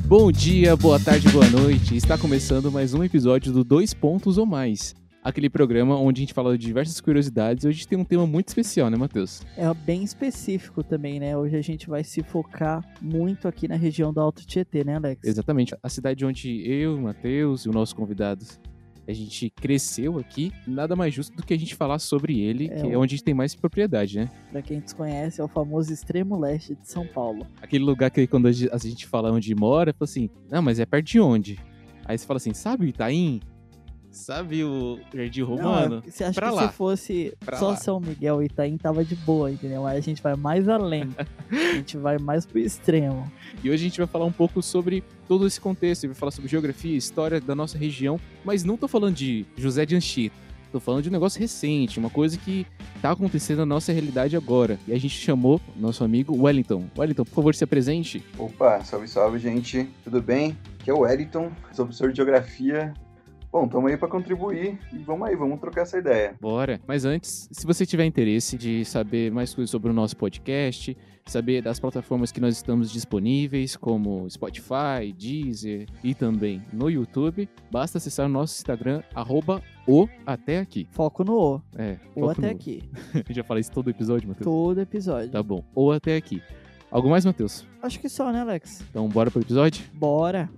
Bom dia, boa tarde, boa noite. Está começando mais um episódio do Dois Pontos ou Mais. Aquele programa onde a gente fala de diversas curiosidades. Hoje tem um tema muito especial, né, Matheus? É bem específico também, né? Hoje a gente vai se focar muito aqui na região do Alto Tietê, né, Alex? Exatamente. A cidade onde eu, o Matheus e o nosso convidado, a gente cresceu aqui. Nada mais justo do que a gente falar sobre ele, que é onde a gente tem mais propriedade, né? Pra quem desconhece, é o famoso extremo leste de São Paulo. Aquele lugar que quando a gente fala onde mora, fala assim, não, mas é perto de onde? Aí você fala assim, sabe o Itaim? Sabe o Jardim Romano? Não, você acha pra que lá. se fosse Pra só lá. São Miguel e Itaim tava de boa, entendeu? Aí a gente vai mais além. A gente vai mais pro extremo. E hoje a gente vai falar um pouco sobre todo esse contexto, vai falar sobre geografia, história da nossa região, mas não tô falando de José de Anchieta, tô falando de um negócio recente, uma coisa que tá acontecendo na nossa realidade agora. E a gente chamou nosso amigo Wellington. Wellington, por favor, se apresente. Opa, salve, salve, gente. Tudo bem? Aqui é o Wellington, sou professor de geografia. Bom, estamos aí para contribuir e vamos trocar essa ideia. Bora! Mas antes, se você tiver interesse de saber mais coisas sobre o nosso podcast, saber das plataformas que nós estamos disponíveis, como Spotify, Deezer e também no YouTube, basta acessar o nosso Instagram, @oatéaqui. Foco no O. Foco O até no... aqui. A gente já fala isso todo episódio, Matheus? Todo episódio. Tá bom. Ou até aqui. Algo mais, Matheus? Acho que só, né, Alex? Então bora pro episódio? Bora.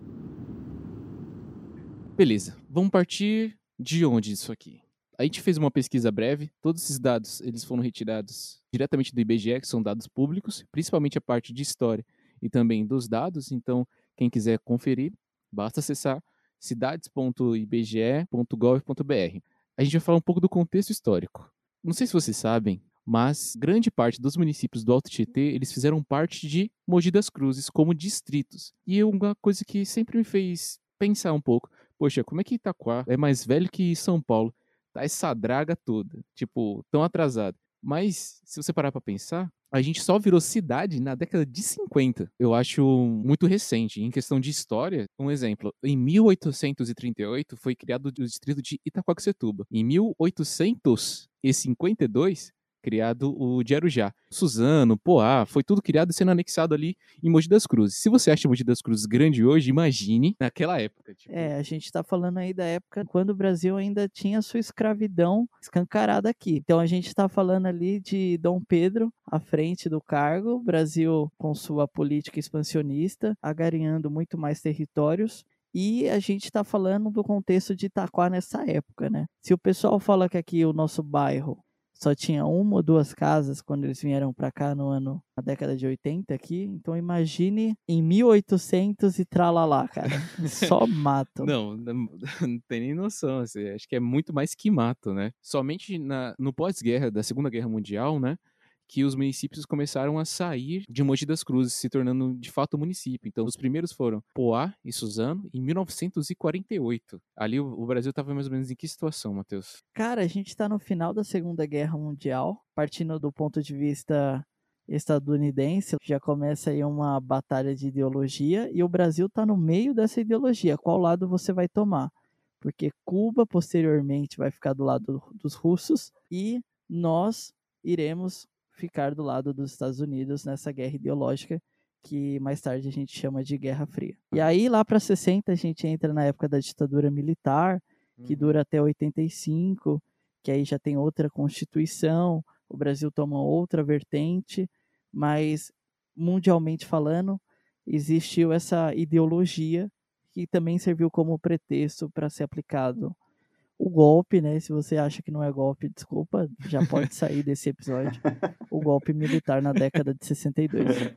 Beleza. Vamos partir de onde isso aqui? A gente fez uma pesquisa breve. Todos esses dados eles foram retirados diretamente do IBGE, que são dados públicos, principalmente a parte de história e também dos dados. Então, quem quiser conferir, basta acessar cidades.ibge.gov.br. A gente vai falar um pouco do contexto histórico. Não sei se vocês sabem, mas grande parte dos municípios do Alto Tietê, eles fizeram parte de Mogi das Cruzes como distritos. E uma coisa que sempre me fez pensar um pouco, poxa, como é que Itaquá é mais velho que São Paulo? Tá essa draga toda, tipo, tão atrasado. Mas, se você parar pra pensar, a gente só virou cidade na década de 50. Eu acho muito recente. Em questão de história, um exemplo. Em 1838 foi criado o distrito de Itaquaquecetuba. Em 1852, criado o de Arujá. Suzano, Poá, foi tudo criado sendo anexado ali em Mogi das Cruzes. Se você acha Mogi das Cruzes grande hoje, imagine naquela época. Tipo... A gente tá falando aí da época quando o Brasil ainda tinha sua escravidão escancarada aqui. Então a gente tá falando ali de Dom Pedro à frente do cargo, Brasil com sua política expansionista, agarinhando muito mais territórios. E a gente está falando do contexto de Itaquá nessa época, né? Se o pessoal fala que aqui o nosso bairro só tinha uma ou duas casas quando eles vieram para cá na década de 80 aqui. Então imagine em 1800 e tralalá, cara. Só mato. Não tem nem noção. Assim, acho que é muito mais que mato, né? Somente no pós-guerra da Segunda Guerra Mundial, né? Que os municípios começaram a sair de Mogi das Cruzes, se tornando de fato município. Então, os primeiros foram Poá e Suzano, em 1948. Ali o Brasil estava mais ou menos em que situação, Matheus? Cara, a gente está no final da Segunda Guerra Mundial, partindo do ponto de vista estadunidense, já começa aí uma batalha de ideologia e o Brasil está no meio dessa ideologia. Qual lado você vai tomar? Porque Cuba, posteriormente, vai ficar do lado dos russos e nós iremos ficar do lado dos Estados Unidos nessa guerra ideológica que mais tarde a gente chama de Guerra Fria. E aí lá para 60 a gente entra na época da ditadura militar, que dura até 85, que aí já tem outra constituição, o Brasil toma outra vertente, mas mundialmente falando, existiu essa ideologia que também serviu como pretexto para ser aplicado o golpe, né? Se você acha que não é golpe, desculpa, já pode sair desse episódio. O golpe militar na década de 62.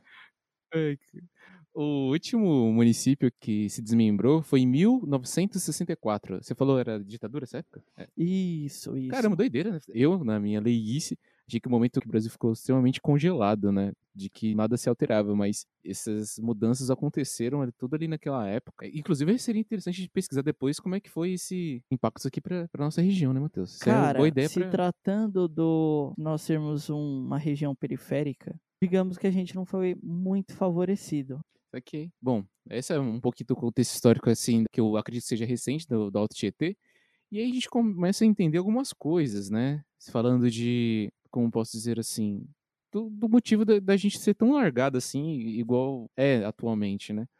O último município que se desmembrou foi em 1964. Você falou era ditadura essa época? Isso. Caramba, doideira, né? Eu, na minha leiguice, achei que o momento que o Brasil ficou extremamente congelado, né? De que nada se alterava, mas essas mudanças aconteceram tudo ali naquela época. Inclusive, seria interessante de pesquisar depois como é que foi esse impacto aqui pra nossa região, né, Matheus? Cara, boa ideia tratando do nós sermos uma região periférica, digamos que a gente não foi muito favorecido. Ok. Bom, esse é um pouquinho do contexto histórico, assim, que eu acredito que seja recente, do Alto Tietê. E aí a gente começa a entender algumas coisas, né? Falando de, como posso dizer assim, do motivo da gente ser tão largado assim, igual é atualmente, né?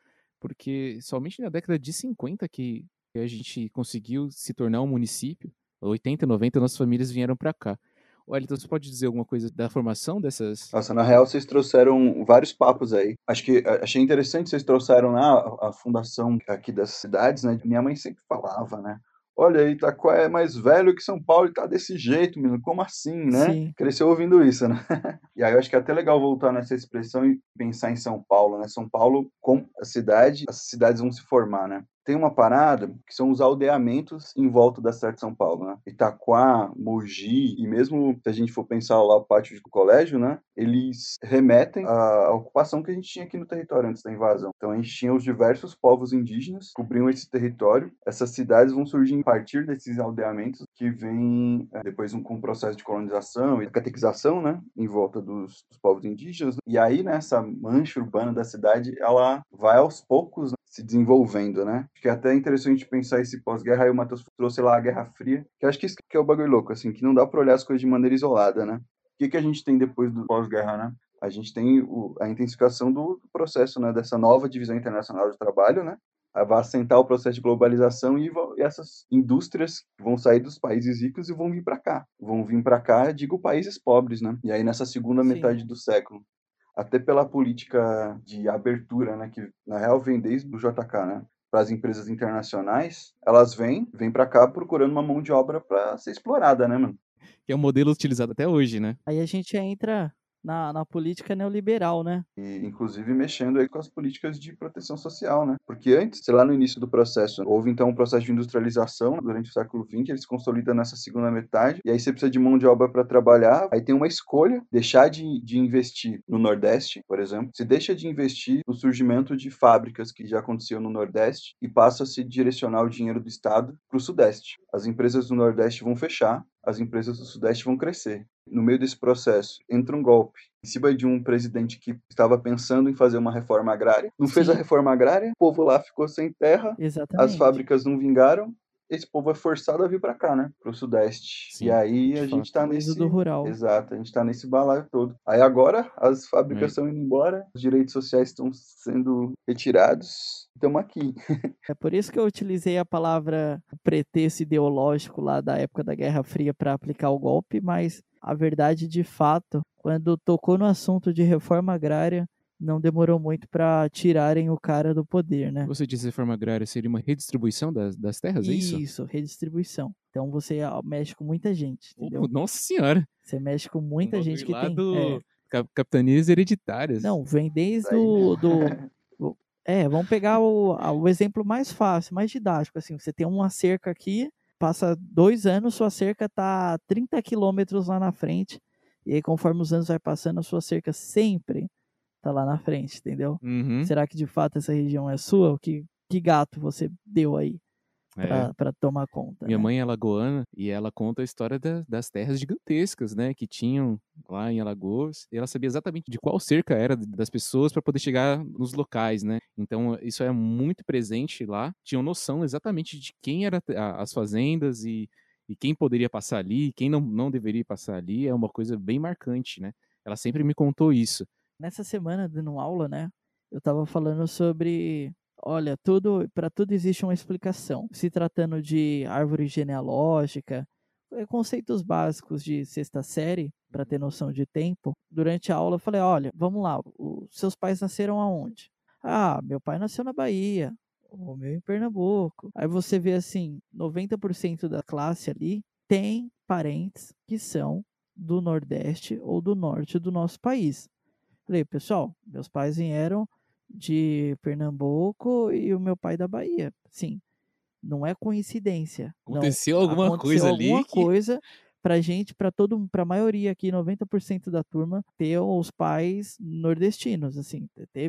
porque somente na década de 50 que a gente conseguiu se tornar um município. 80, 90, nossas famílias vieram para cá. Olha, então você pode dizer alguma coisa da formação dessas? Nossa, na real, vocês trouxeram vários papos aí. Achei interessante vocês trouxeram, né, a fundação aqui das cidades, né? Minha mãe sempre falava, né? Olha, Itaquá é mais velho que São Paulo e tá desse jeito, menino. Como assim, né? Sim, Cresceu ouvindo isso, né? E aí eu acho que é até legal voltar nessa expressão e pensar em São Paulo, né? São Paulo, como a cidade, as cidades vão se formar, né? Tem uma parada que são os aldeamentos em volta da cidade de São Paulo, né? Itaquá, Mogi, e mesmo se a gente for pensar lá o pátio do colégio, né? Eles remetem à ocupação que a gente tinha aqui no território antes da invasão. Então a gente tinha os diversos povos indígenas que cobriam esse território. Essas cidades vão surgir a partir desses aldeamentos que vem depois com o processo de colonização e catequização, né? Em volta dos povos indígenas. E aí, né, essa mancha urbana da cidade, ela vai aos poucos, né, se desenvolvendo, né? Acho que é até interessante pensar esse pós-guerra. Aí o Matheus trouxe lá a Guerra Fria, que eu acho que isso que é o bagulho louco, assim, que não dá pra olhar as coisas de maneira isolada, né? O que a gente tem depois do pós-guerra, né? A gente tem a intensificação do processo, né? Dessa nova divisão internacional de trabalho, né? Vai assentar o processo de globalização e essas indústrias vão sair dos países ricos e vão vir para cá. Vão vir para cá, digo, países pobres, né? E aí nessa segunda sim. metade do século, até pela política de abertura, né, que na real vem desde o JK, né, para as empresas internacionais, elas vêm para cá procurando uma mão de obra para ser explorada, né, mano? Que é um modelo utilizado até hoje, né? Aí a gente entra na política neoliberal, né? E, inclusive, mexendo aí com as políticas de proteção social, né? Porque antes, sei lá, no início do processo, houve então um processo de industrialização durante o século XX, ele se consolida nessa segunda metade, e aí você precisa de mão de obra para trabalhar, aí tem uma escolha, deixar de investir no Nordeste, por exemplo, você deixa de investir no surgimento de fábricas que já aconteciam no Nordeste e passa a se direcionar o dinheiro do Estado para o Sudeste. As empresas do Nordeste vão fechar, as empresas do Sudeste vão crescer. No meio desse processo, entra um golpe em cima de um presidente que estava pensando em fazer uma reforma agrária. Não fez a Sim, reforma agrária, o povo lá ficou sem terra, as exatamente. fábricas não vingaram, esse povo é forçado a vir para cá, né? Para o Sudeste. E Sim, aí de a gente fato. tá O êxodo nesse. rural. Exato, a gente tá nesse balaio todo. Aí agora as fábricas É. estão indo embora, os direitos sociais estão sendo retirados. Estamos aqui. É por isso que eu utilizei a palavra pretexto ideológico lá da época da Guerra Fria para aplicar o golpe, mas a verdade de fato, quando tocou no assunto de reforma agrária, não demorou muito para tirarem o cara do poder, né? Você diz que reforma agrária seria uma redistribuição das terras, é isso? Isso, redistribuição. Então você mexe com muita gente, entendeu? Nossa senhora! Você mexe com Um muita gente bagulho que lá tem. do capitanias hereditárias. Não, vem desde Aí mesmo. o- vamos pegar o exemplo mais fácil, mais didático, assim, você tem uma cerca aqui, passa 2 anos, sua cerca tá 30 quilômetros lá na frente, e aí conforme os anos vai passando, a sua cerca sempre tá lá na frente, entendeu? Uhum. Será que de fato essa região é sua? Que gato você deu aí É. para tomar conta, Minha né? mãe é alagoana e ela conta a história das terras gigantescas, né, que tinham lá em Alagoas. E ela sabia exatamente de qual cerca era das pessoas para poder chegar nos locais, né? Então isso é muito presente lá. Tinham noção exatamente de quem eram as fazendas e quem poderia passar ali, quem não deveria passar ali. É uma coisa bem marcante, né? Ela sempre me contou isso. Nessa semana, dando aula, né, eu estava falando sobre, olha, para tudo existe uma explicação. Se tratando de árvore genealógica, conceitos básicos de sexta série, para ter noção de tempo, durante a aula eu falei, olha, vamos lá, os seus pais nasceram aonde? Ah, meu pai nasceu na Bahia, o meu em Pernambuco. Aí você vê assim, 90% da classe ali tem parentes que são do Nordeste ou do Norte do nosso país. Falei, pessoal, meus pais vieram de Pernambuco e o meu pai da Bahia. Sim, não é coincidência. Não, Aconteceu alguma aconteceu coisa alguma ali que coisa pra gente, pra maioria aqui, 90% da turma, ter os pais nordestinos, assim.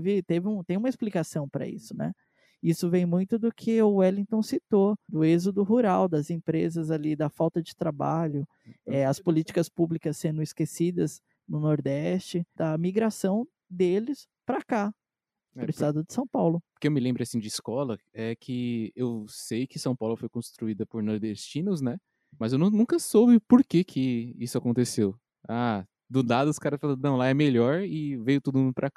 Tem uma explicação para isso, né? Isso vem muito do que o Wellington citou, do êxodo rural, das empresas ali, da falta de trabalho, as políticas públicas sendo esquecidas no Nordeste, da migração deles para cá, para o estado de São Paulo. porque eu me lembro assim de escola é que eu sei que São Paulo foi construída por nordestinos, né? Mas eu nunca soube por que isso aconteceu. Ah, do nada os caras falaram, não, lá é melhor e veio todo mundo pra cá.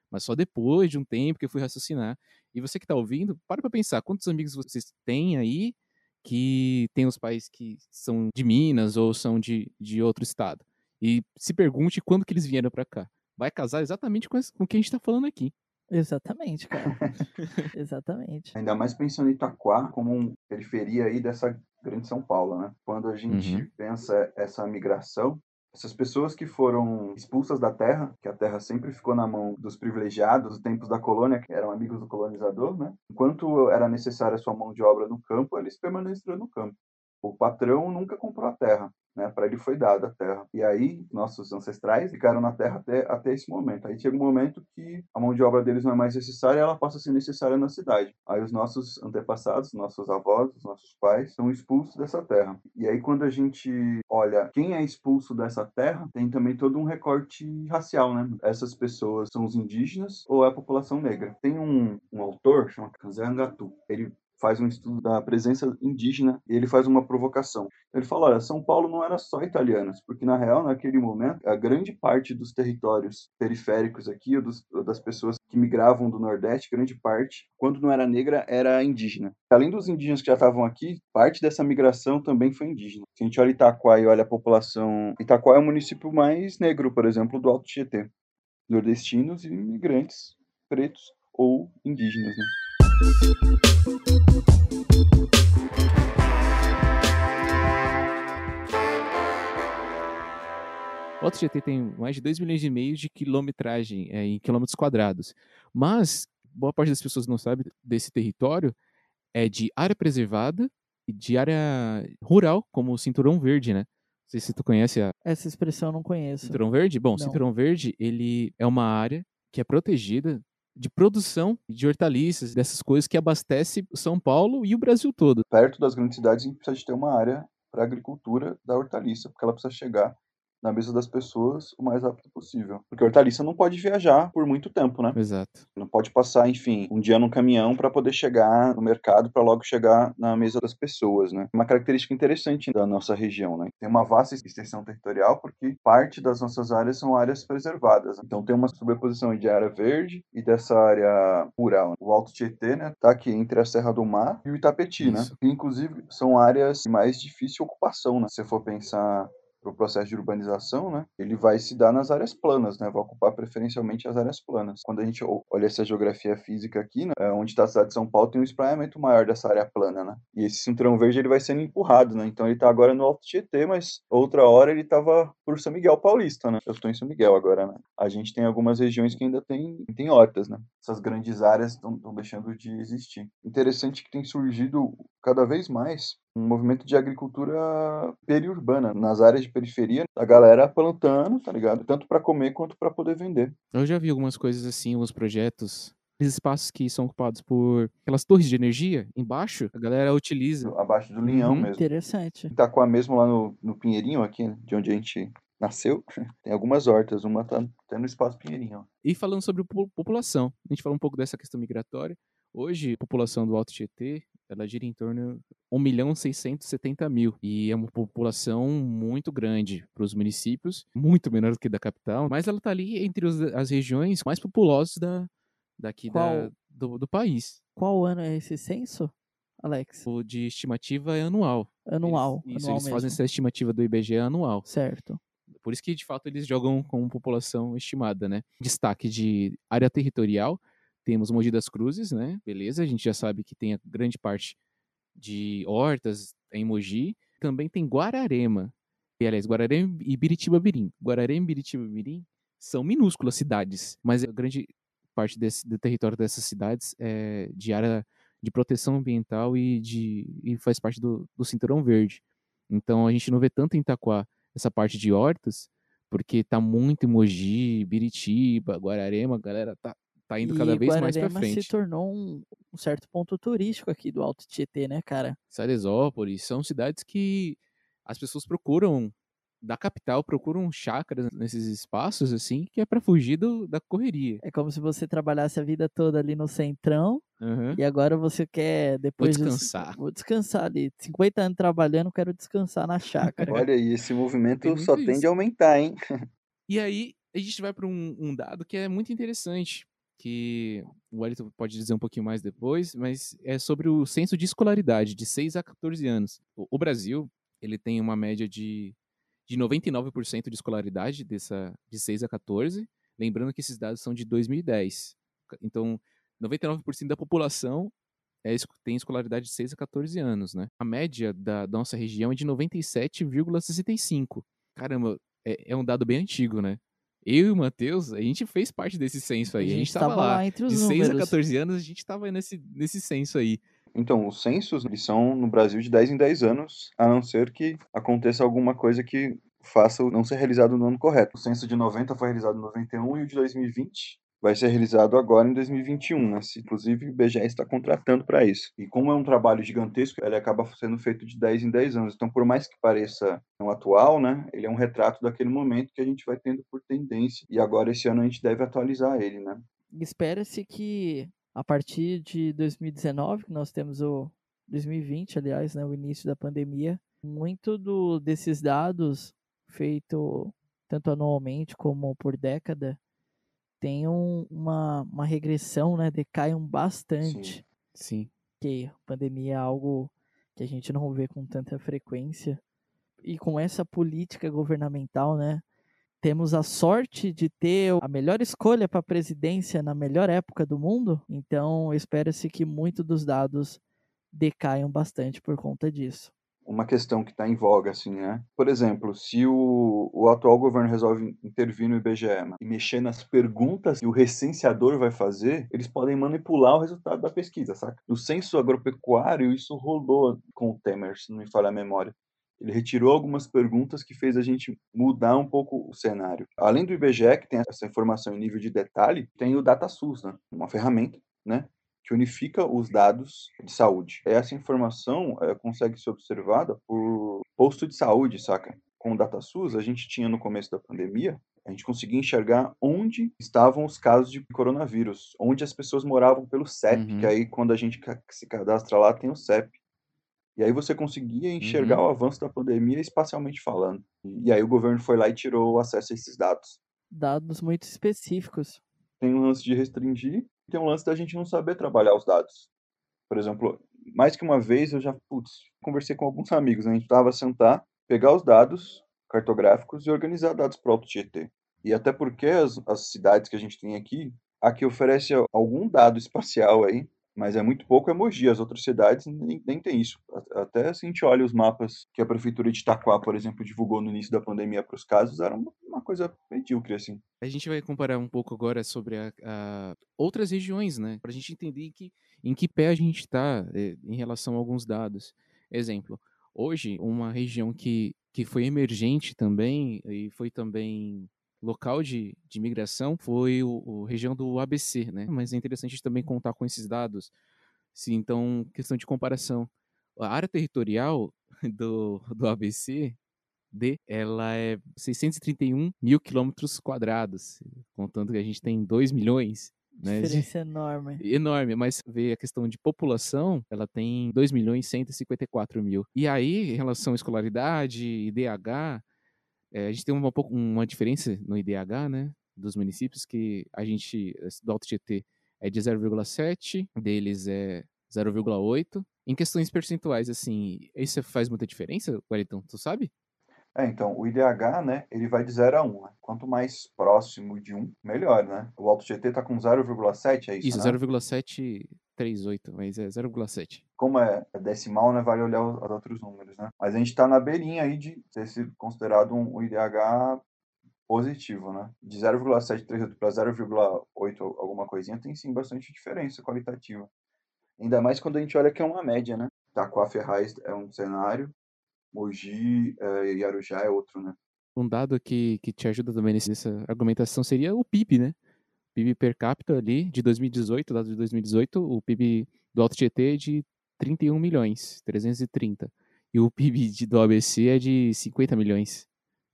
Mas só depois de um tempo que eu fui raciocinar. E você que está ouvindo, para pra pensar, quantos amigos vocês têm aí que tem os pais que são de Minas ou são de outro estado? E se pergunte quando que eles vieram para cá. Vai casar exatamente com o que a gente está falando aqui. Exatamente, cara. Exatamente. Ainda mais pensando em Itaquá como uma periferia aí dessa grande São Paulo, né? Quando a gente pensa essa migração, essas pessoas que foram expulsas da terra, que a terra sempre ficou na mão dos privilegiados, os tempos da colônia, que eram amigos do colonizador, né? Enquanto era necessária a sua mão de obra no campo, eles permaneceram no campo. O patrão nunca comprou a terra, né? Para ele foi dada a terra. E aí, nossos ancestrais ficaram na terra até esse momento. Aí chega um momento que a mão de obra deles não é mais necessária, ela passa a ser necessária na cidade. Aí os nossos antepassados, nossos avós, os nossos pais são expulsos dessa terra. E aí quando a gente olha quem é expulso dessa terra, tem também todo um recorte racial, né? Essas pessoas são os indígenas ou é a população negra. Tem um autor, chama Kanzé Angatu. Ele faz um estudo da presença indígena e ele faz uma provocação. Ele fala, olha, São Paulo não era só italianos, porque na real, naquele momento, a grande parte dos territórios periféricos aqui, das pessoas que migravam do Nordeste, grande parte, quando não era negra, era indígena. Além dos indígenas que já estavam aqui, parte dessa migração também foi indígena. Se a gente olha Itaquá e olha a população... Itaquá é o município mais negro, por exemplo, do Alto Tietê. Nordestinos e imigrantes pretos ou indígenas, né? O Alto Tietê tem mais de 2,5 milhões de quilometragem em quilômetros quadrados. Mas boa parte das pessoas não sabe desse território é de área preservada e de área rural, como o Cinturão Verde, né? Não sei se tu conhece a Essa expressão eu não conheço. Cinturão Verde. Bom, Não. Cinturão Verde, ele é uma área que é protegida de produção de hortaliças, dessas coisas que abastece São Paulo e o Brasil todo. Perto das grandes cidades, a gente precisa de ter uma área para agricultura da hortaliça, porque ela precisa chegar na mesa das pessoas o mais rápido possível. Porque a hortaliça não pode viajar por muito tempo, né? Exato. Não pode passar, enfim, um dia num caminhão para poder chegar no mercado, para logo chegar na mesa das pessoas, né? Uma característica interessante da nossa região, né? Tem uma vasta extensão territorial porque parte das nossas áreas são áreas preservadas. Então tem uma sobreposição de área verde e dessa área rural. O Alto Tietê, né, tá aqui entre a Serra do Mar e o Itapetí, né? Que, inclusive, são áreas de mais difícil ocupação, né? Se for pensar para o processo de urbanização, né, ele vai se dar nas áreas planas, né, vai ocupar preferencialmente as áreas planas. Quando a gente olha essa geografia física aqui, né, onde está a cidade de São Paulo, tem um espraiamento maior dessa área plana, né, e esse cinturão verde ele vai sendo empurrado, né, então ele está agora no Alto Tietê, mas outra hora ele estava por São Miguel Paulista, né, eu estou em São Miguel agora, né, a gente tem algumas regiões que ainda tem hortas, né, essas grandes áreas estão deixando de existir. Interessante que tem surgido cada vez mais um movimento de agricultura periurbana, nas áreas de periferia, a galera plantando, tá ligado? Tanto para comer quanto para poder vender. Eu já vi algumas coisas assim, alguns projetos, aqueles espaços que são ocupados por aquelas torres de energia, embaixo, a galera utiliza. Abaixo do linhão mesmo. Interessante. Itaquá mesmo, lá no Pinheirinho, aqui, né, de onde a gente nasceu, tem algumas hortas, uma tá até no Espaço Pinheirinho. Ó. E falando sobre população, a gente falou um pouco dessa questão migratória. Hoje, a população do Alto Tietê, ela gira em torno de 1.670.000. E é uma população muito grande para os municípios, muito menor do que da capital, mas ela está ali entre as regiões mais populosas do país. Qual ano é esse censo, Alex? O de estimativa é anual. Anual. Eles fazem essa estimativa do IBGE anual. Certo. Por isso que, de fato, eles jogam com população estimada, né? Destaque de área territorial, temos Mogi das Cruzes, né? Beleza, a gente já sabe que tem a grande parte de hortas em Mogi. Também tem Guararema. E, aliás, Guararema e Biritiba-Mirim. Guararema e Biritiba-Mirim são minúsculas cidades, mas a grande parte do território dessas cidades é de área de proteção ambiental e faz parte do Cinturão Verde. Então, a gente não vê tanto em Itaquá essa parte de hortas, porque tá muito em Mogi, Biritiba, Guararema, a galera tá indo cada vez mais pra frente. Guararema se tornou um certo ponto turístico aqui do Alto Tietê, né, cara? Salesópolis, são cidades que as pessoas procuram, da capital, procuram chácaras nesses espaços, assim, que é pra fugir da correria. É como se você trabalhasse a vida toda ali no centrão, e agora você quer, depois Vou descansar. Vou descansar ali. 50 anos trabalhando, quero descansar na chácara. Olha aí, esse movimento só tende a aumentar, hein? E aí, a gente vai para um dado que é muito interessante. que o Wellington pode dizer um pouquinho mais depois, mas é sobre o censo de escolaridade, de 6 a 14 anos. O Brasil, ele tem uma média de 99% de escolaridade de 6 a 14, lembrando que esses dados são de 2010. Então, 99% da população tem escolaridade de 6 a 14 anos, né? A média da nossa região é de 97,65. Caramba, é um dado bem antigo, né? Eu e o Matheus, a gente fez parte desse censo A aí. A gente gente estava estava lá. lá entre os De 6 a números. 14 anos, a gente estava nesse censo aí. Então, os censos, eles são no Brasil de 10 em 10 anos, a não ser que aconteça alguma coisa que faça não ser realizado no ano correto. O censo de 90 foi realizado em 91 e o de 2020 vai ser realizado agora em 2021, né? Inclusive, o IBGE está contratando para isso. E como é um trabalho gigantesco, ele acaba sendo feito de 10 em 10 anos. Então, por mais que pareça não atual, né? Ele é um retrato daquele momento que a gente vai tendo por tendência. E agora, esse ano, a gente deve atualizar ele, né? Espera-se que a partir de 2019, que nós temos o 2020, aliás, né, o início da pandemia, muito desses dados feito tanto anualmente como por década tenham uma regressão, né, decaiam Sim. bastante. Sim. Que a pandemia é algo que a gente não vê com tanta frequência. E com essa política governamental, né, temos a sorte de ter a melhor escolha para a presidência na melhor época do mundo, então espera-se que muitos dos dados decaiam bastante por conta disso. Uma questão que está em voga, assim, né? Por exemplo, se o atual governo resolve intervir no IBGE, né, e mexer nas perguntas que o recenseador vai fazer, eles podem manipular o resultado da pesquisa, saca? No censo agropecuário, isso rolou com o Temer, se não me falha a memória. Ele retirou algumas perguntas que fez a gente mudar um pouco o cenário. Além do IBGE, que tem essa informação em nível de detalhe, tem o DataSUS, né? Uma ferramenta, né? Que unifica os dados de saúde. Essa informação consegue ser observada por posto de saúde, saca? Com o DataSUS, a gente tinha no começo da pandemia, a gente conseguia enxergar onde estavam os casos de coronavírus, onde as pessoas moravam pelo CEP, que aí quando a gente se cadastra lá tem o CEP. E aí você conseguia enxergar o avanço da pandemia espacialmente falando. E aí o governo foi lá e tirou o acesso a esses dados. Dados muito específicos. Tem um lance de restringir, e tem um lance da gente não saber trabalhar os dados. Por exemplo, mais que uma vez eu já, conversei com alguns amigos, né? A gente estava a sentar, pegar os dados cartográficos e organizar dados para o AutoGT. E até porque as cidades que a gente tem aqui oferece algum dado espacial aí, mas é muito pouco emoji. As outras cidades nem tem isso. Até se a gente olha os mapas que a prefeitura de Itaquá, por exemplo, divulgou no início da pandemia para os casos, era uma coisa medíocre, assim. A gente vai comparar um pouco agora sobre outras regiões, né? Para a gente entender em que pé a gente está em relação a alguns dados. Exemplo, hoje, uma região que foi emergente também e foi também local de migração foi a região do ABC, né? Mas é interessante também contar com esses dados. Sim, então, questão de comparação. A área territorial do ABC ela é 631 mil quilômetros quadrados, contando que a gente tem 2 milhões, né? Diferença enorme. Enorme, mas vê a questão de população, ela tem 2 milhões e 154 mil. E aí, em relação à escolaridade, IDH, a gente tem uma diferença no IDH, né? Dos municípios, que a gente, do Alto Tietê, é de 0,7, deles é 0,8. Em questões percentuais, assim, isso faz muita diferença, Wellington, tu sabe? Então, o IDH, né, ele vai de 0 a 1, né? Quanto mais próximo de 1, melhor, né? O Alto GT tá com 0,7, é isso, Isso, né? 0,738, mas é 0,7. Como é decimal, né, vale olhar os outros números, né? Mas a gente tá na beirinha aí de ter sido considerado um IDH positivo, né? De 0,738 para 0,8 alguma coisinha, tem sim bastante diferença qualitativa. Ainda mais quando a gente olha que é uma média, né? Taquá Ferraz é um cenário, Mogi e Arujá é outro, né? Um dado que te ajuda também nessa argumentação seria o PIB, né? PIB per capita ali de 2018, dado de 2018, o PIB do Alto Tietê é de 31 milhões, 330. E o PIB do ABC é de 50 milhões,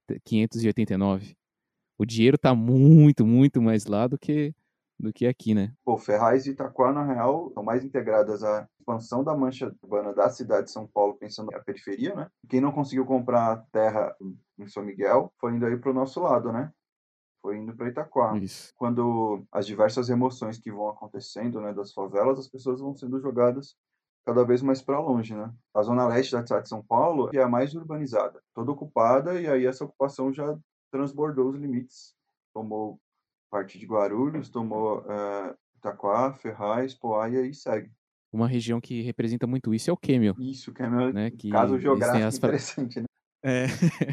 589. O dinheiro tá muito, muito mais lá do que aqui, né? Pô, Ferraz e Itaquá, na real, estão mais integradas à expansão da mancha urbana da cidade de São Paulo, pensando na periferia, né? Quem não conseguiu comprar terra em São Miguel foi indo aí pro nosso lado, né? foi indo para Itaquá. Isso. Quando as diversas emoções que vão acontecendo, né, das favelas, as pessoas vão sendo jogadas cada vez mais para longe, né? A zona leste da cidade de São Paulo é a mais urbanizada, toda ocupada, e aí essa ocupação já transbordou os limites. Tomou parte de Guarulhos, tomou Itaquá, Ferraz, Poá e aí segue. Uma região que representa muito isso é o Quêmio, Isso que é meu né? caso Que eles têm geográfico interessante, né? É.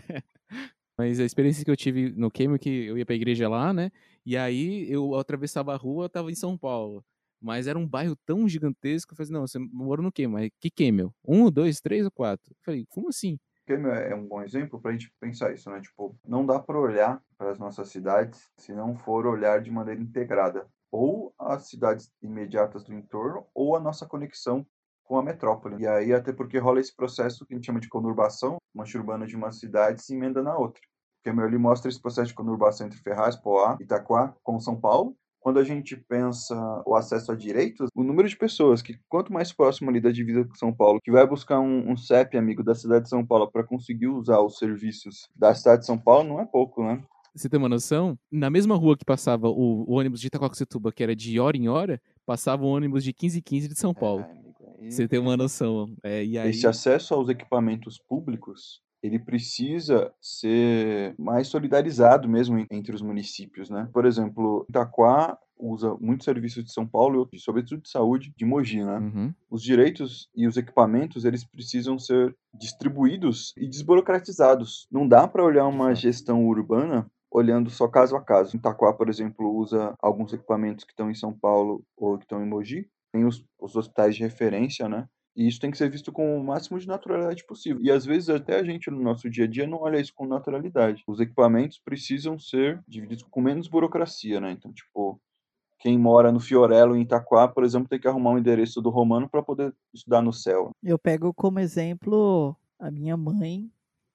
Mas a experiência que eu tive no Quêmio, que eu ia pra igreja lá, né? E aí eu atravessava a rua, eu tava em São Paulo. Mas era um bairro tão gigantesco, eu falei assim, não, você mora no Quêmio, mas que Quêmio? 1, 2, 3 ou 4? Eu falei, como assim? Quêmio é um bom exemplo para a gente pensar isso, né? Tipo, não dá para olhar para as nossas cidades se não for olhar de maneira integrada. Ou as cidades imediatas do entorno, ou a nossa conexão com a metrópole. E aí, até porque rola esse processo que a gente chama de conurbação, mancha urbana de uma cidade se emenda na outra. Quêmio ele mostra esse processo de conurbação entre Ferraz, Poá, Itaquá, com São Paulo. Quando a gente pensa o acesso a direitos, o número de pessoas que, quanto mais próximo ali da divisa com São Paulo, que vai buscar um CEP amigo da cidade de São Paulo para conseguir usar os serviços da cidade de São Paulo, não é pouco, né? Você tem uma noção? Na mesma rua que passava o ônibus de Itacoaxetuba, que era de hora em hora, passava o ônibus de 15 em 15 de São Paulo. Amigo, Você tem uma noção. E esse aí, acesso aos equipamentos públicos, ele precisa ser mais solidarizado mesmo entre os municípios, né? Por exemplo, Itaquá usa muitos serviços de São Paulo, e sobretudo de saúde, de Mogi, né? uhum, Os direitos e os equipamentos, eles precisam ser distribuídos e desburocratizados. Não dá para olhar de uma fato. gestão urbana olhando só caso a caso. Itaquá, por exemplo, usa alguns equipamentos que estão em São Paulo ou que estão em Mogi. Tem os hospitais de referência, né? E isso tem que ser visto com o máximo de naturalidade possível. E às vezes até a gente no nosso dia a dia não olha isso com naturalidade. Os equipamentos precisam ser divididos com menos burocracia, né? Então, tipo, quem mora no Fiorello, em Itaquá, por exemplo, tem que arrumar um endereço do Romano para poder estudar no céu. Eu pego como exemplo a minha mãe,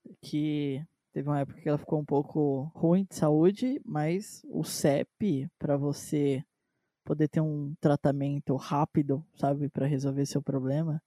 que teve uma época que ela ficou um pouco ruim de saúde, mas o CEP, para você poder ter um tratamento rápido, sabe, para resolver seu problema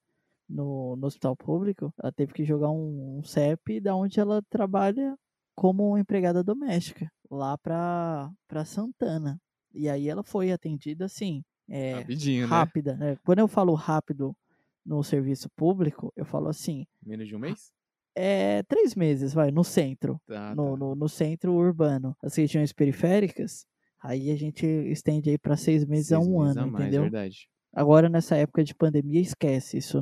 no hospital público, ela teve que jogar um CEP da onde ela trabalha como empregada doméstica, lá para Santana. E aí ela foi atendida assim, Rapidinho, né? rápida, né? Quando eu falo rápido no serviço público, eu falo assim, Menos de um mês? 3 meses, vai, no centro, Tá, no, tá. no, no centro urbano. As regiões periféricas, aí a gente estende aí para 6 meses a 6 meses 1 ano, a mais, entendeu? verdade. Agora, nessa época de pandemia, esquece, isso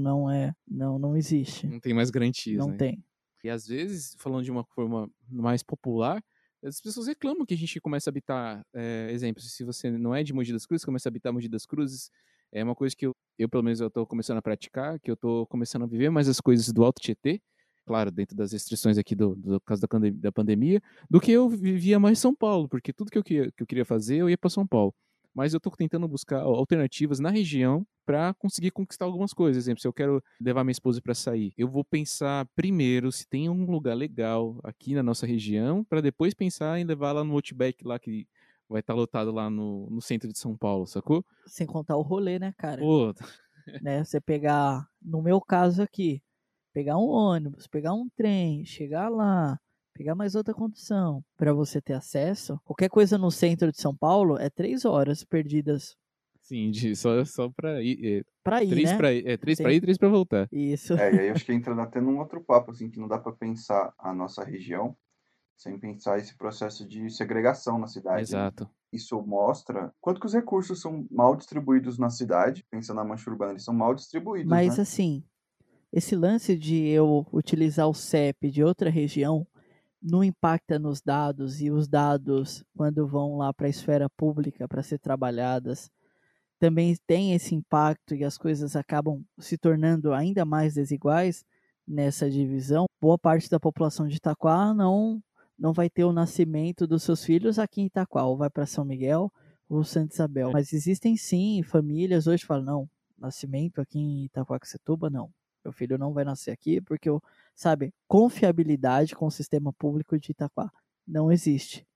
não existe, Não tem mais garantias, não né? tem. E às vezes, falando de uma forma mais popular, as pessoas reclamam que a gente começa a habitar, exemplos, se você não é de Mogi das Cruzes, começa a habitar Mogi das Cruzes, é uma coisa que eu pelo menos, eu tô começando a praticar, que eu tô começando a viver mais as coisas do Alto Tietê, claro, dentro das restrições aqui do caso da pandemia, do que eu vivia mais em São Paulo, porque tudo que eu queria fazer, eu ia para São Paulo. Mas eu tô tentando buscar alternativas na região para conseguir conquistar algumas coisas. Por exemplo, se eu quero levar minha esposa para sair, eu vou pensar primeiro se tem um lugar legal aqui na nossa região, para depois pensar em levar lá no Outback lá que vai estar lotado lá no centro de São Paulo, sacou? Sem contar o rolê, né, cara? Pô, Né? Você pegar, no meu caso aqui, pegar um ônibus, pegar um trem, chegar lá, pegar mais outra condução para você ter acesso. Qualquer coisa no centro de São Paulo é 3 horas perdidas sim, só para ir, para ir, né? três para Tem ir, 3 para voltar. isso. E aí acho que entra até num outro papo, assim, que não dá para pensar a nossa região sem pensar esse processo de segregação na cidade, né? Exato. Isso mostra quanto que os recursos são mal distribuídos na cidade, pensando na mancha urbana, eles são mal distribuídos, Mas né? assim, esse lance de eu utilizar o CEP de outra região não impacta nos dados, e os dados, quando vão lá para a esfera pública para ser trabalhadas, também tem esse impacto e as coisas acabam se tornando ainda mais desiguais nessa divisão. Boa parte da população de Itaquá não vai ter o nascimento dos seus filhos aqui em Itaquá, ou vai para São Miguel ou Santa Isabel. Mas existem sim famílias hoje que falam, não, nascimento aqui em Itaquaquecetuba, não. Meu filho não vai nascer aqui porque, sabe, confiabilidade com o sistema público de Itaquá não existe.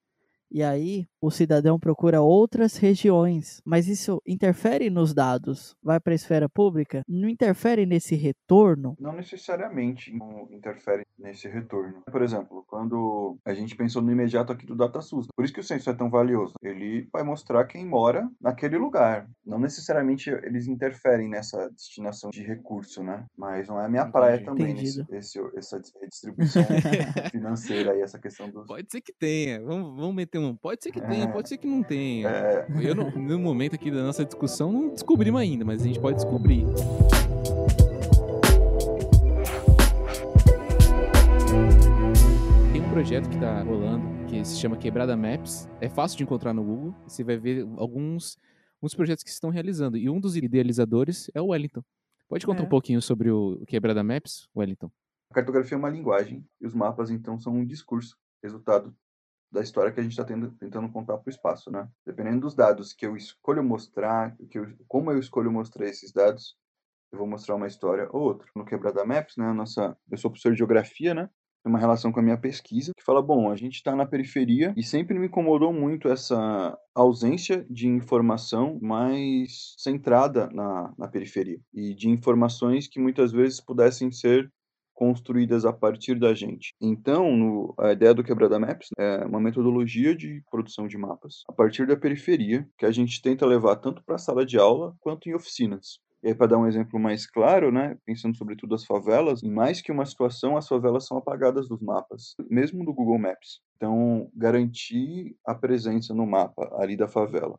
E aí o cidadão procura outras regiões, mas isso interfere nos dados? Vai para a esfera pública? Não interfere nesse retorno? Não necessariamente interfere nesse retorno. Por exemplo, quando a gente pensou no imediato aqui do DataSUS, por isso que o censo é tão valioso. Ele vai mostrar quem mora naquele lugar. Não necessariamente eles interferem nessa destinação de recurso, né? Mas não é a minha praia Entendi. também, Entendido. essa redistribuição financeira aí, essa questão dos... Pode ser que tenha. Vamos meter um. Pode ser que tenha, pode ser que não tenha. É, Eu, no momento aqui da nossa discussão, não descobrimos ainda, mas a gente pode descobrir. Tem um projeto que tá rolando, que se chama Quebrada Maps. É fácil de encontrar no Google. Você vai ver alguns projetos que se estão realizando. E um dos idealizadores é o Wellington. Pode contar um pouquinho sobre o Quebrada Maps, Wellington? a cartografia é uma linguagem e os mapas, então, são um discurso, resultado da história que a gente está tentando contar para o espaço, né? Dependendo dos dados que eu escolho mostrar, como eu escolho mostrar esses dados, eu vou mostrar uma história ou outra. No Quebrada Maps, né, eu sou professor de geografia, né? Tem uma relação com a minha pesquisa que fala, bom, a gente está na periferia e sempre me incomodou muito essa ausência de informação mais centrada na periferia e de informações que muitas vezes pudessem ser construídas a partir da gente. Então, a ideia do Quebrada Maps é uma metodologia de produção de mapas a partir da periferia que a gente tenta levar tanto para a sala de aula quanto em oficinas. E aí, para dar um exemplo mais claro, né, pensando sobretudo as favelas, em mais que uma situação, as favelas são apagadas dos mapas, mesmo do Google Maps. Então, garantir a presença no mapa ali da favela,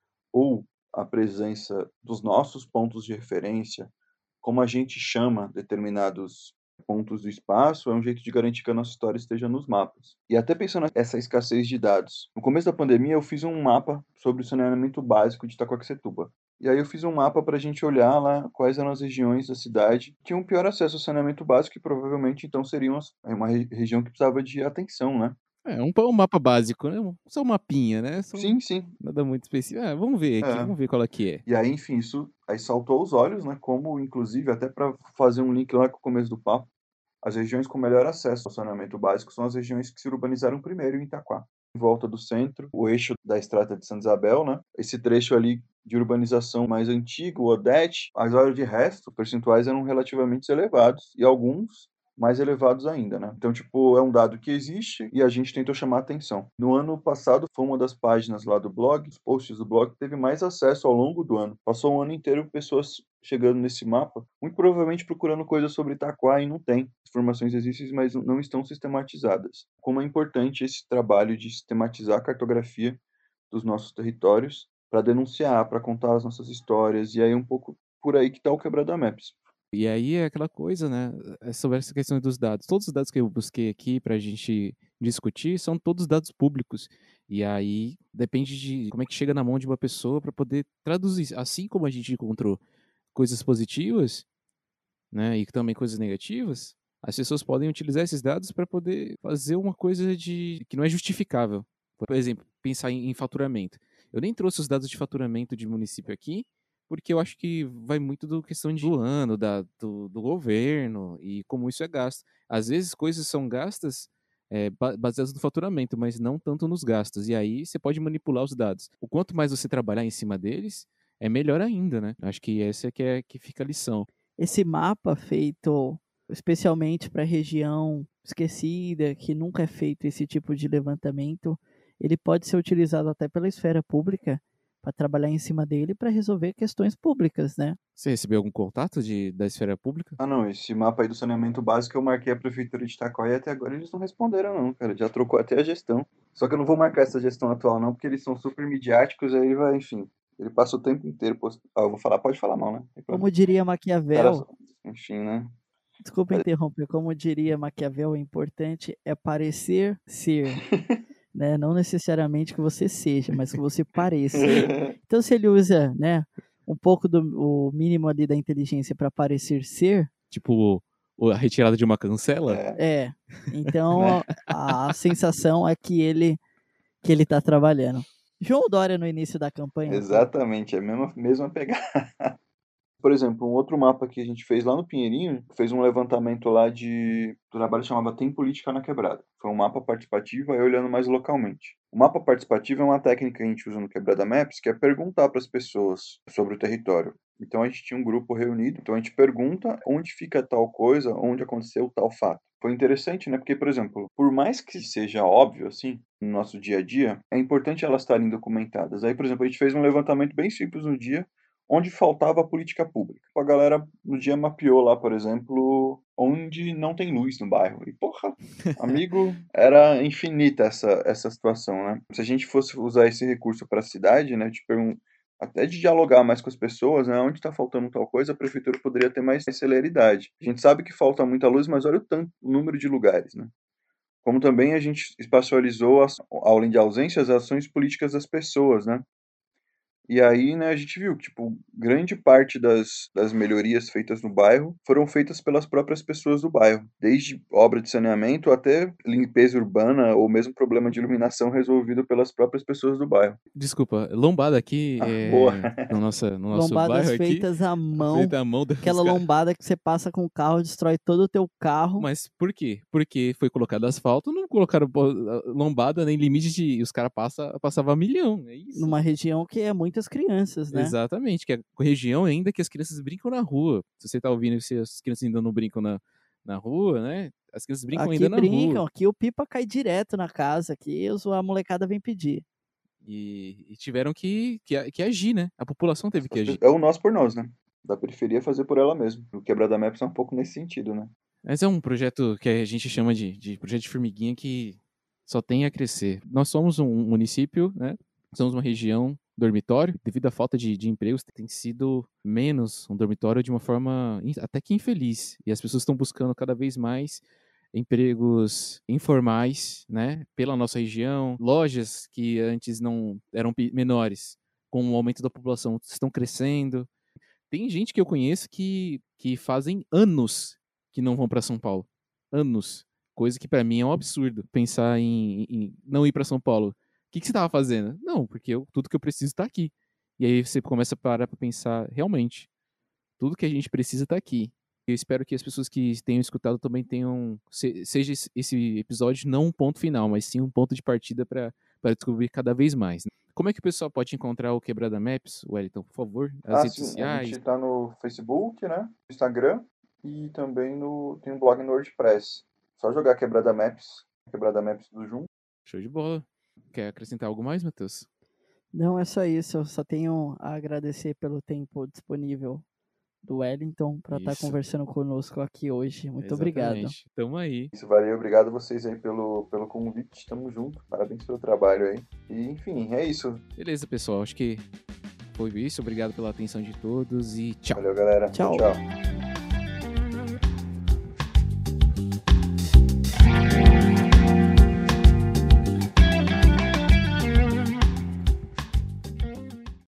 ou a presença dos nossos pontos de referência, como a gente chama determinados pontos do espaço, é um jeito de garantir que a nossa história esteja nos mapas. E até pensando nessa escassez de dados. No começo da pandemia, eu fiz um mapa sobre o saneamento básico de Itacoaxetuba. E aí eu fiz um mapa para a gente olhar lá quais eram as regiões da cidade que tinham pior acesso ao saneamento básico e provavelmente então seriam uma região que precisava de atenção, né? É um mapa básico, né? Só um mapinha, né? Sim, sim. Nada muito específico. Vamos ver aqui, vamos ver qual é que é. E aí, enfim, isso aí saltou aos olhos, né? Como, inclusive, até para fazer um link lá com o começo do papo, as regiões com melhor acesso ao saneamento básico são as regiões que se urbanizaram primeiro em Itaquá. Em volta do centro, o eixo da estrada de Santa Isabel, né? Esse trecho ali de urbanização mais antigo, o Odete, as horas de resto, percentuais eram relativamente elevados e alguns mais elevados ainda, né? Então, tipo, é um dado que existe e a gente tentou chamar a atenção. No ano passado, foi uma das páginas lá do blog, os posts do blog, que teve mais acesso ao longo do ano. Passou um ano inteiro pessoas chegando nesse mapa, muito provavelmente procurando coisas sobre Itaquá e não tem. As informações existem, mas não estão sistematizadas. Como é importante esse trabalho de sistematizar a cartografia dos nossos territórios para denunciar, para contar as nossas histórias, e aí um pouco por aí que está o Quebrada Maps. E aí é aquela coisa, né? Sobre essa questão dos dados. Todos os dados que eu busquei aqui pra gente discutir são todos dados públicos. E aí depende de como é que chega na mão de uma pessoa para poder traduzir. Assim como a gente encontrou coisas positivas, né? E também coisas negativas, as pessoas podem utilizar esses dados para poder fazer uma coisa que não é justificável. Por exemplo, pensar em faturamento. Eu nem trouxe os dados de faturamento de município aqui, porque eu acho que vai muito do questão do ano, do governo e como isso é gasto. Às vezes coisas são gastas baseadas no faturamento, mas não tanto nos gastos. E aí você pode manipular os dados. O quanto mais você trabalhar em cima deles, é melhor ainda, né? Acho que essa que fica a lição. Esse mapa feito especialmente para a região esquecida, que nunca é feito esse tipo de levantamento, ele pode ser utilizado até pela esfera pública para trabalhar em cima dele para resolver questões públicas, né? Você recebeu algum contato da esfera pública? Ah, não, esse mapa aí do saneamento básico eu marquei a prefeitura de Itaquá e até agora eles não responderam não, cara, já trocou até a gestão. Só que eu não vou marcar essa gestão atual não, porque eles são super midiáticos, aí ele vai, enfim, ele passa o tempo inteiro eu vou falar, pode falar mal, né? Como diria Maquiavel, enfim, né? desculpa interromper, como diria Maquiavel, o importante é parecer ser, né? Não necessariamente que você seja, mas que você pareça. Então, se ele usa, né, um pouco o mínimo ali da inteligência para parecer ser, tipo a retirada de uma cancela? Então a sensação é que ele está trabalhando. João Dória no início da campanha. Exatamente, é a mesma pegada. Por exemplo, um outro mapa que a gente fez lá no Pinheirinho, fez um levantamento lá do trabalho que chamava Tem Política na Quebrada. Foi um mapa participativo, aí olhando mais localmente. O mapa participativo é uma técnica que a gente usa no Quebrada Maps, que é perguntar para as pessoas sobre o território. Então a gente tinha um grupo reunido, então a gente pergunta onde fica tal coisa, onde aconteceu tal fato. Foi interessante, né? Porque, por exemplo, por mais que seja óbvio, assim, no nosso dia a dia, é importante elas estarem documentadas. Aí, por exemplo, a gente fez um levantamento bem simples no dia, onde faltava a política pública. A galera no dia mapeou lá, por exemplo, onde não tem luz no bairro. E, porra, amigo, era infinita essa situação, né? Se a gente fosse usar esse recurso para a cidade, né, até de dialogar mais com as pessoas, né, onde está faltando tal coisa, a prefeitura poderia ter mais celeridade. A gente sabe que falta muita luz, mas olha o número de lugares, né? Como também a gente espacializou, além de ausências, as ações políticas das pessoas, né? E aí, né, a gente viu que, tipo, grande parte das melhorias feitas no bairro foram feitas pelas próprias pessoas do bairro. Desde obra de saneamento até limpeza urbana ou mesmo problema de iluminação resolvido pelas próprias pessoas do bairro. Desculpa, lombada aqui Boa. no nosso Lombadas bairro feitas aqui. à mão. Feita à mão Aquela lombada que você passa com o carro, destrói todo o teu carro. Mas por quê? Porque foi colocado asfalto, não colocaram lombada nem limite de... Os caras passavam milhão, é isso. Numa região que é muitas crianças, né? Exatamente, que é a região ainda que as crianças brincam na rua. Se você tá ouvindo se as crianças ainda não brincam na rua, né? As crianças brincam Aqui ainda na rua. Aqui o pipa cai direto na casa, aqui a molecada vem pedir. E tiveram que agir, né? A população teve que agir. É o nós por nós, né? Da periferia fazer por ela mesma. O Quebrada Maps é um pouco nesse sentido, né? Mas é um projeto que a gente chama de projeto de formiguinha que só tem a crescer. Nós somos um município, né? Somos uma região dormitório, devido à falta de empregos, tem sido menos um dormitório de uma forma até que infeliz. E as pessoas estão buscando cada vez mais empregos informais, né, pela nossa região, lojas que antes não eram menores, com o aumento da população estão crescendo. Tem gente que eu conheço que fazem anos que não vão para São Paulo, anos, coisa que para mim é um absurdo pensar em não ir para São Paulo. O que você estava fazendo? Não, porque tudo que eu preciso está aqui. E aí você começa a parar para pensar, realmente, tudo que a gente precisa está aqui. Eu espero que as pessoas que tenham escutado também tenham, seja esse episódio não um ponto final, mas sim um ponto de partida para descobrir cada vez mais. Como é que o pessoal pode encontrar o Quebrada Maps, Wellington, por favor? As redes sim, sociais? a gente tá no Facebook, né? Instagram e também tem um blog no WordPress. Só jogar Quebrada Maps tudo junto. Show de bola. Quer acrescentar algo mais, Matheus? Não, é só isso. Eu só tenho a agradecer pelo tempo disponível do Wellington para estar conversando conosco aqui hoje. Muito obrigado. Tamo aí. Isso, valeu. Obrigado a vocês aí pelo convite. Tamo junto. Parabéns pelo trabalho aí. E, enfim, é isso. Beleza, pessoal. Acho que foi isso. Obrigado pela atenção de todos e tchau. Valeu, galera. Tchau. Tchau.